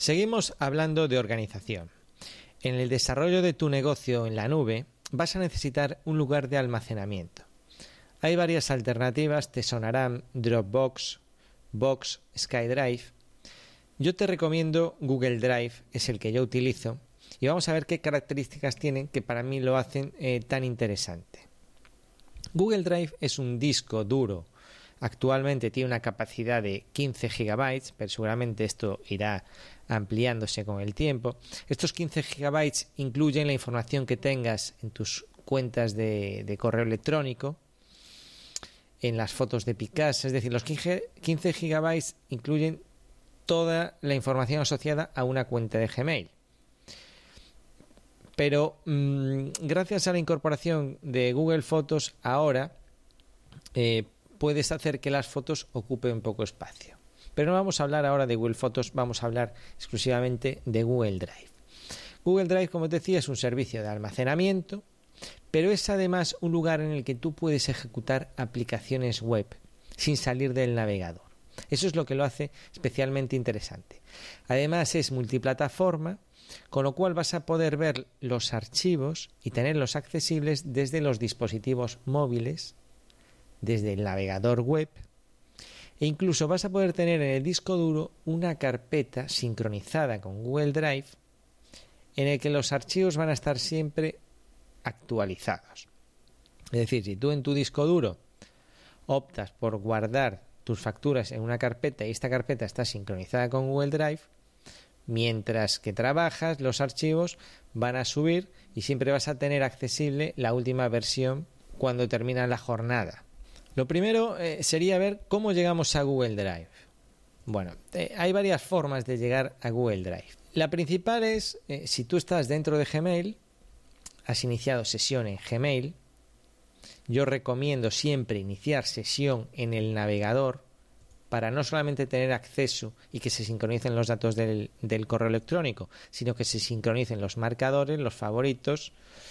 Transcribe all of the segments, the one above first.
Seguimos hablando de organización. En el desarrollo de tu negocio en la nube vas a necesitar un lugar de almacenamiento. Hay varias alternativas, te sonarán Dropbox, Box, SkyDrive. Yo te recomiendo Google Drive, es el que yo utilizo, y vamos a ver qué características tienen que para mí lo hacen tan interesante. Google Drive es un disco duro. Actualmente tiene una capacidad de 15 GB, pero seguramente esto irá ampliándose con el tiempo. Estos 15 GB incluyen la información que tengas en tus cuentas de correo electrónico, en las fotos de Picasa, es decir, los 15 GB incluyen toda la información asociada a una cuenta de Gmail. Pero gracias a la incorporación de Google Fotos ahora puedes hacer que las fotos ocupen poco espacio. Pero no vamos a hablar ahora de Google Fotos, vamos a hablar exclusivamente de Google Drive. Google Drive, como te decía, es un servicio de almacenamiento, pero es además un lugar en el que tú puedes ejecutar aplicaciones web sin salir del navegador. Eso es lo que lo hace especialmente interesante. Además es multiplataforma, con lo cual vas a poder ver los archivos y tenerlos accesibles desde los dispositivos móviles, desde el navegador web, e incluso vas a poder tener en el disco duro una carpeta sincronizada con Google Drive en el que los archivos van a estar siempre actualizados. Es decir, si tú en tu disco duro optas por guardar tus facturas en una carpeta y esta carpeta está sincronizada con Google Drive, mientras que trabajas, los archivos van a subir y siempre vas a tener accesible la última versión cuando termina la jornada. Lo primero sería ver cómo llegamos a Google Drive. Bueno, hay varias formas de llegar a Google Drive. La principal es, si tú estás dentro de Gmail, has iniciado sesión en Gmail, yo recomiendo siempre iniciar sesión en el navegador para no solamente tener acceso y que se sincronicen los datos del correo electrónico, sino que se sincronicen los marcadores, los favoritos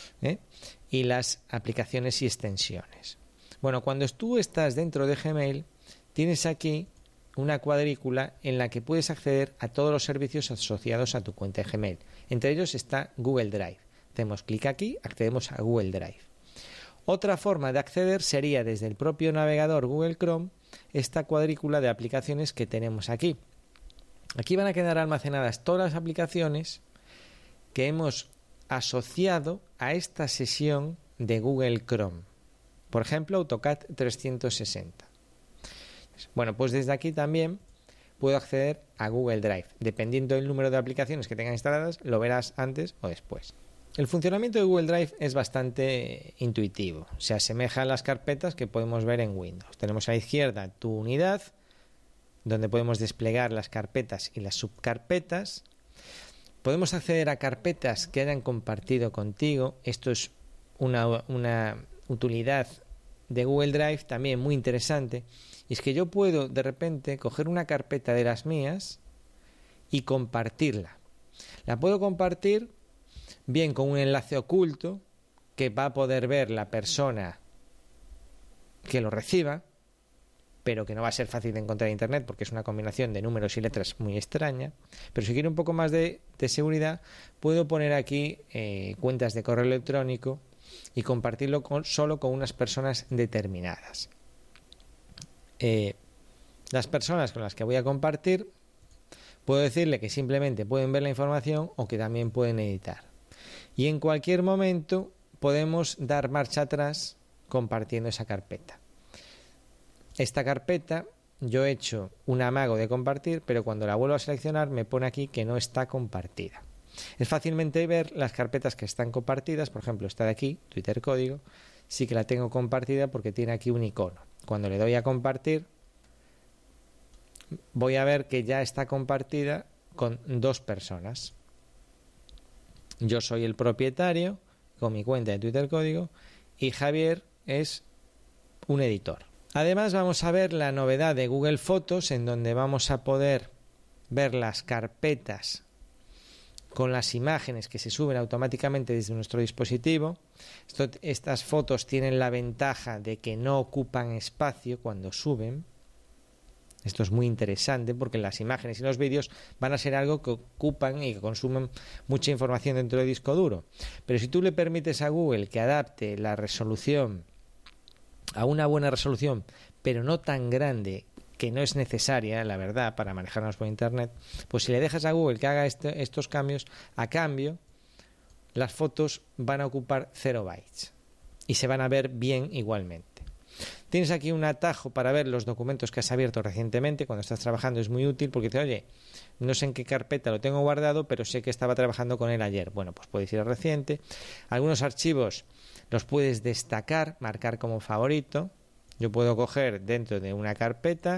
y las aplicaciones y extensiones. Bueno, cuando tú estás dentro de Gmail, tienes aquí una cuadrícula en la que puedes acceder a todos los servicios asociados a tu cuenta de Gmail. Entre ellos está Google Drive. Hacemos clic aquí, accedemos a Google Drive. Otra forma de acceder sería desde el propio navegador Google Chrome, esta cuadrícula de aplicaciones que tenemos aquí. Aquí van a quedar almacenadas todas las aplicaciones que hemos asociado a esta sesión de Google Chrome. Por ejemplo, AutoCAD 360. Bueno, pues desde aquí también puedo acceder a Google Drive. Dependiendo del número de aplicaciones que tengan instaladas, lo verás antes o después. El funcionamiento de Google Drive es bastante intuitivo. Se asemeja a las carpetas que podemos ver en Windows. Tenemos a la izquierda tu unidad, donde podemos desplegar las carpetas y las subcarpetas. Podemos acceder a carpetas que hayan compartido contigo. Esto es una utilidad de Google Drive también muy interesante. Y es que yo puedo de repente coger una carpeta de las mías y compartirla. La puedo compartir bien con un enlace oculto que va a poder ver la persona que lo reciba, pero que no va a ser fácil de encontrar en internet porque es una combinación de números y letras muy extraña. Pero si quiero un poco más de seguridad, puedo poner aquí cuentas de correo electrónico y compartirlo solo con unas personas determinadas. Las personas con las que voy a compartir, puedo decirle que simplemente pueden ver la información o que también pueden editar. Y en cualquier momento podemos dar marcha atrás compartiendo esa carpeta. Esta carpeta yo he hecho un amago de compartir, pero cuando la vuelvo a seleccionar me pone aquí que no está compartida. Es fácilmente ver las carpetas que están compartidas. Por ejemplo, esta de aquí, Twitter Código, sí que la tengo compartida porque tiene aquí un icono. Cuando le doy a compartir, voy a ver que ya está compartida con 2 personas. Yo soy el propietario con mi cuenta de Twitter Código y Javier es un editor. Además vamos a ver la novedad de Google Fotos, en donde vamos a poder ver las carpetas con las imágenes que se suben automáticamente desde nuestro dispositivo. Estas fotos tienen la ventaja de que no ocupan espacio cuando suben. Esto es muy interesante porque las imágenes y los vídeos van a ser algo que ocupan y que consumen mucha información dentro del disco duro. Pero si tú le permites a Google que adapte la resolución a una buena resolución, pero no tan grande, que no es necesaria, la verdad, para manejarnos por Internet, pues si le dejas a Google que haga estos cambios, a cambio, las fotos van a ocupar 0 bytes y se van a ver bien igualmente. Tienes aquí un atajo para ver los documentos que has abierto recientemente. Cuando estás trabajando es muy útil porque dices, oye, no sé en qué carpeta lo tengo guardado, pero sé que estaba trabajando con él ayer. Bueno, pues puedes ir a reciente. Algunos archivos los puedes destacar, marcar como favorito. Yo puedo coger dentro de una carpeta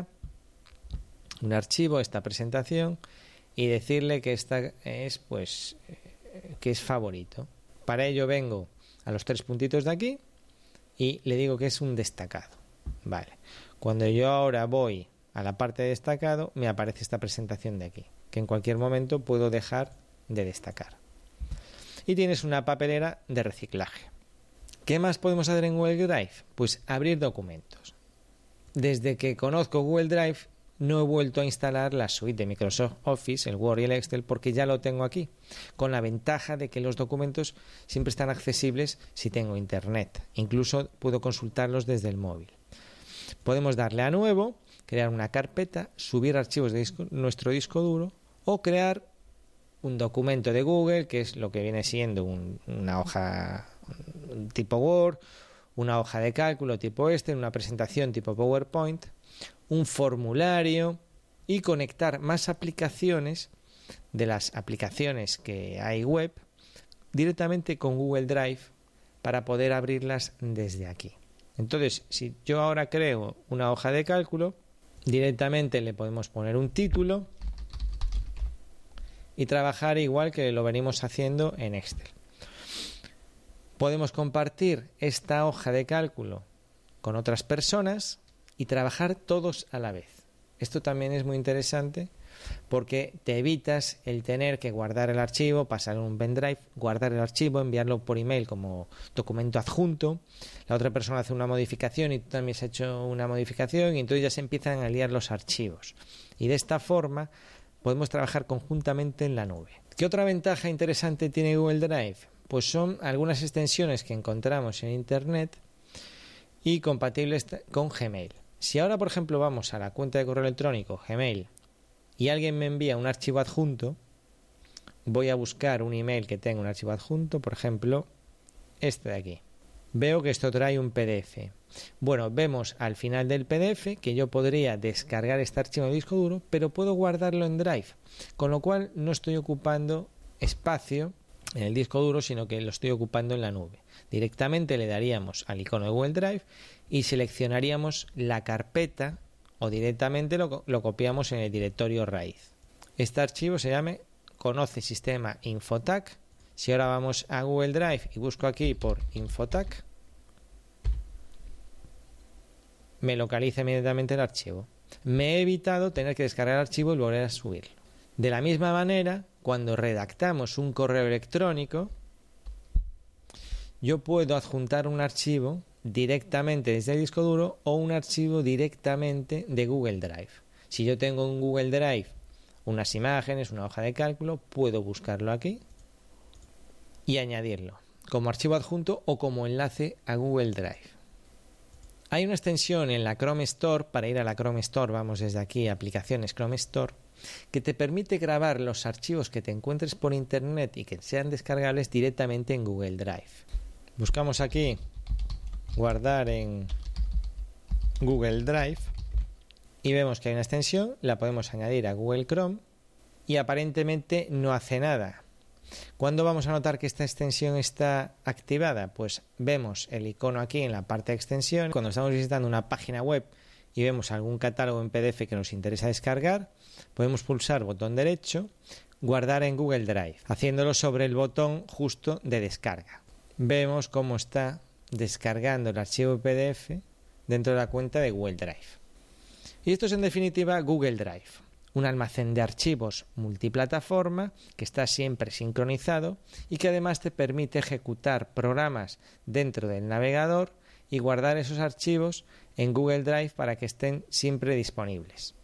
un archivo, esta presentación, y decirle que esta es, pues, que es favorito. Para ello vengo a los 3 puntitos de aquí y le digo que es un destacado. Vale. Cuando yo ahora voy a la parte de destacado, me aparece esta presentación de aquí, que en cualquier momento puedo dejar de destacar. Y tienes una papelera de reciclaje. ¿Qué más podemos hacer en Google Drive? Pues abrir documentos. Desde que conozco Google Drive no he vuelto a instalar la suite de Microsoft Office, el Word y el Excel, porque ya lo tengo aquí, con la ventaja de que los documentos siempre están accesibles si tengo internet. Incluso puedo consultarlos desde el móvil. Podemos darle a nuevo, crear una carpeta, subir archivos de nuestro disco duro o crear un documento de Google, que es lo que viene siendo una hoja tipo Word, una hoja de cálculo tipo una presentación tipo PowerPoint, un formulario y conectar más aplicaciones de las aplicaciones que hay web directamente con Google Drive para poder abrirlas desde aquí. Entonces, si yo ahora creo una hoja de cálculo, directamente le podemos poner un título y trabajar igual que lo venimos haciendo en Excel. Podemos compartir esta hoja de cálculo con otras personas y trabajar todos a la vez. Esto también es muy interesante porque te evitas el tener que guardar el archivo, pasar un pendrive, guardar el archivo, enviarlo por email como documento adjunto. La otra persona hace una modificación y tú también has hecho una modificación y entonces ya se empiezan a liar los archivos. Y de esta forma podemos trabajar conjuntamente en la nube. ¿Qué otra ventaja interesante tiene Google Drive? Pues son algunas extensiones que encontramos en Internet y compatibles con Gmail. Si ahora, por ejemplo, vamos a la cuenta de correo electrónico Gmail y alguien me envía un archivo adjunto, voy a buscar un email que tenga un archivo adjunto, por ejemplo, este de aquí. Veo que esto trae un PDF. Bueno, vemos al final del PDF que yo podría descargar este archivo de disco duro, pero puedo guardarlo en Drive, con lo cual no estoy ocupando espacio en el disco duro, sino que lo estoy ocupando en la nube. Directamente le daríamos al icono de Google Drive y seleccionaríamos la carpeta o directamente lo copiamos en el directorio raíz. Este archivo se llama Conoce Sistema Infotag. Si ahora vamos a Google Drive y busco aquí por Infotag, me localiza inmediatamente el archivo. Me he evitado tener que descargar el archivo y volver a subirlo. De la misma manera, cuando redactamos un correo electrónico, yo puedo adjuntar un archivo directamente desde el disco duro o un archivo directamente de Google Drive. Si yo tengo en Google Drive unas imágenes, una hoja de cálculo, puedo buscarlo aquí y añadirlo como archivo adjunto o como enlace a Google Drive. Hay una extensión en la Chrome Store, para ir a la Chrome Store vamos desde aquí a aplicaciones Chrome Store, que te permite grabar los archivos que te encuentres por internet y que sean descargables directamente en Google Drive. Buscamos aquí guardar en Google Drive y vemos que hay una extensión, la podemos añadir a Google Chrome y aparentemente no hace nada. ¿Cuándo vamos a notar que esta extensión está activada? Pues vemos el icono aquí en la parte de extensión. Cuando estamos visitando una página web y vemos algún catálogo en PDF que nos interesa descargar, podemos pulsar botón derecho, guardar en Google Drive, haciéndolo sobre el botón justo de descarga. Vemos cómo está descargando el archivo PDF dentro de la cuenta de Google Drive. Y esto es en definitiva Google Drive, un almacén de archivos multiplataforma que está siempre sincronizado y que además te permite ejecutar programas dentro del navegador y guardar esos archivos en Google Drive para que estén siempre disponibles.